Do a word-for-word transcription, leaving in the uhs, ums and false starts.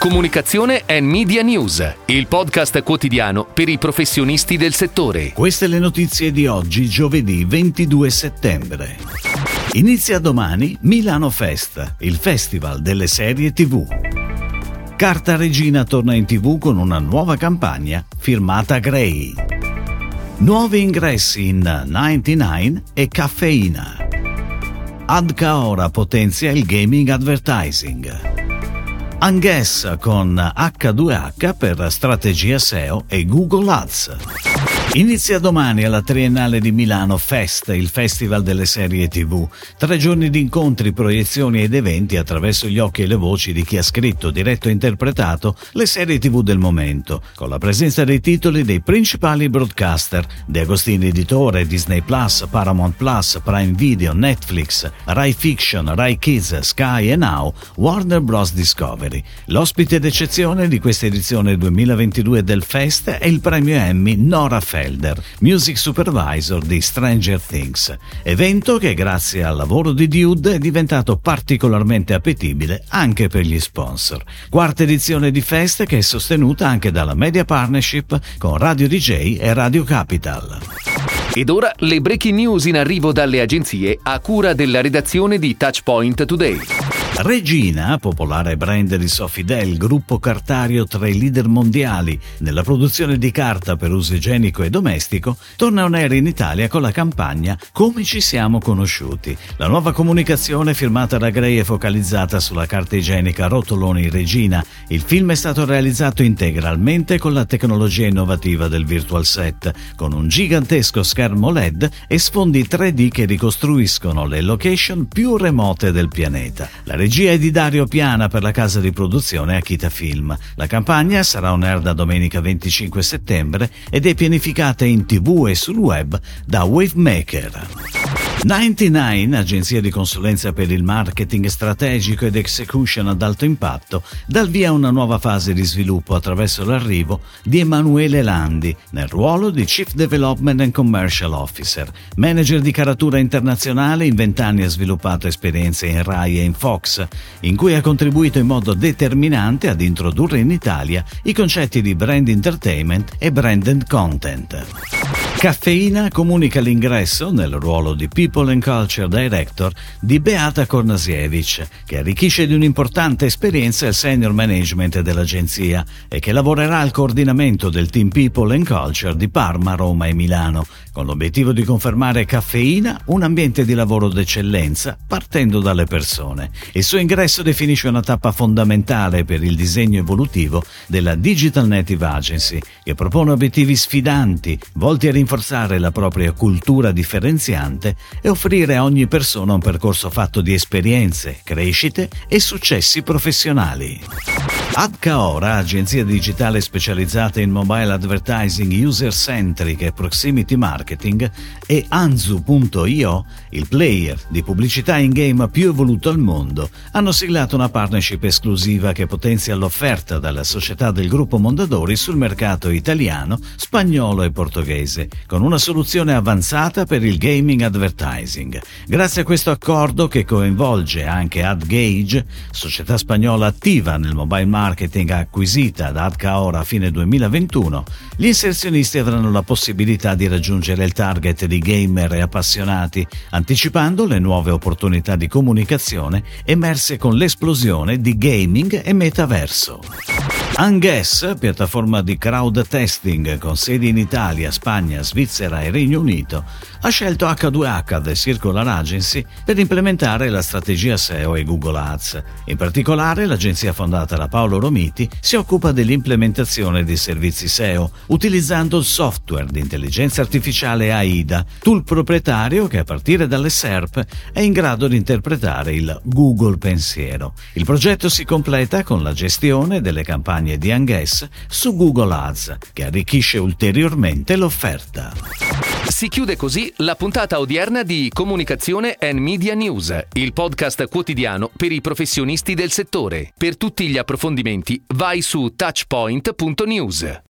Comunicazione and Media News, il podcast quotidiano per i professionisti del settore. Queste le notizie di oggi, giovedì ventidue settembre. Inizia domani Milano Fest, il festival delle serie tivù. Carta Regina torna in tivù con una nuova campagna firmata Grey. Nuovi ingressi in novantanove e Caffeina. Adcaora potenzia il gaming advertising. Anguess con acca due acca per strategia S E O e Google Ads. Inizia domani alla Triennale di Milano Fest, il festival delle serie tivù. Tre giorni di incontri, proiezioni ed eventi attraverso gli occhi e le voci di chi ha scritto, diretto e interpretato le serie tivù del momento, con la presenza dei titoli dei principali broadcaster, De Agostini Editore, Disney Plus, Paramount Plus, Prime Video, Netflix, Rai Fiction, Rai Kids, Sky e Now, Warner Bros. Discovery. L'ospite d'eccezione di questa edizione duemilaventidue del Fest è il premio Emmy Nora Felder, Music Supervisor di Stranger Things, evento che grazie al lavoro di Dude è diventato particolarmente appetibile anche per gli sponsor. Quarta edizione di Fest che è sostenuta anche dalla Media Partnership con Radio D J e Radio Capital. Ed ora le breaking news in arrivo dalle agenzie a cura della redazione di Touchpoint Today. Regina, popolare brand di Sofidel, gruppo cartario tra i leader mondiali nella produzione di carta per uso igienico e domestico, torna on air in Italia con la campagna Come ci siamo conosciuti. La nuova comunicazione firmata da Grey è focalizzata sulla carta igienica rotoloni Regina. Il film è stato realizzato integralmente con la tecnologia innovativa del Virtual Set, con un gigantesco schermo L E D e sfondi tre D che ricostruiscono le location più remote del pianeta. La regia è di Dario Piana per la casa di produzione Akita Film. La campagna sarà on air da domenica venticinque settembre ed è pianificata in tivù e sul web da Wavemaker. novantanove, agenzia di consulenza per il marketing strategico ed execution ad alto impatto, dà il via a una nuova fase di sviluppo attraverso l'arrivo di Emanuele Landi nel ruolo di Chief Development and Commercial Officer. Manager di caratura internazionale, in vent'anni ha sviluppato esperienze in Rai e in Fox, in cui ha contribuito in modo determinante ad introdurre in Italia i concetti di brand entertainment e branded content. Caffeina comunica l'ingresso nel ruolo di People and Culture Director di Beata Kornasiewicz, che arricchisce di un'importante esperienza il senior management dell'agenzia e che lavorerà al coordinamento del team People and Culture di Parma, Roma e Milano, con l'obiettivo di confermare Caffeina un ambiente di lavoro d'eccellenza partendo dalle persone. Il suo ingresso definisce una tappa fondamentale per il disegno evolutivo della Digital Native Agency, che propone obiettivi sfidanti volti a rinforzare Forzare la propria cultura differenziante e offrire a ogni persona un percorso fatto di esperienze, crescite e successi professionali. Adcaora, agenzia digitale specializzata in mobile advertising user-centric e proximity marketing, e Anzu punto io, il player di pubblicità in-game più evoluto al mondo, hanno siglato una partnership esclusiva che potenzia l'offerta dalla società del gruppo Mondadori sul mercato italiano, spagnolo e portoghese, con una soluzione avanzata per il gaming advertising. Grazie a questo accordo, che coinvolge anche AdGage, società spagnola attiva nel mobile marketing acquisita da Adcaora a fine duemilaventuno, gli inserzionisti avranno la possibilità di raggiungere il target di gamer e appassionati, anticipando le nuove opportunità di comunicazione emerse con l'esplosione di gaming e metaverso. Anguess, piattaforma di crowd testing con sedi in Italia, Spagna, Svizzera e Regno Unito, ha scelto acca due acca The Circular Agency per implementare la strategia S E O e Google Ads. In particolare, l'agenzia fondata da Paolo Romiti si occupa dell'implementazione di servizi S E O utilizzando il software di intelligenza artificiale AIDA, tool proprietario che a partire dalle S E R P è in grado di interpretare il Google pensiero. Il progetto si completa con la gestione delle campagne di Anguess su Google Ads, che arricchisce ulteriormente l'offerta. Si chiude così la puntata odierna di Comunicazione and Media News, il podcast quotidiano per i professionisti del settore. Per tutti gli approfondimenti vai su touchpoint punto news.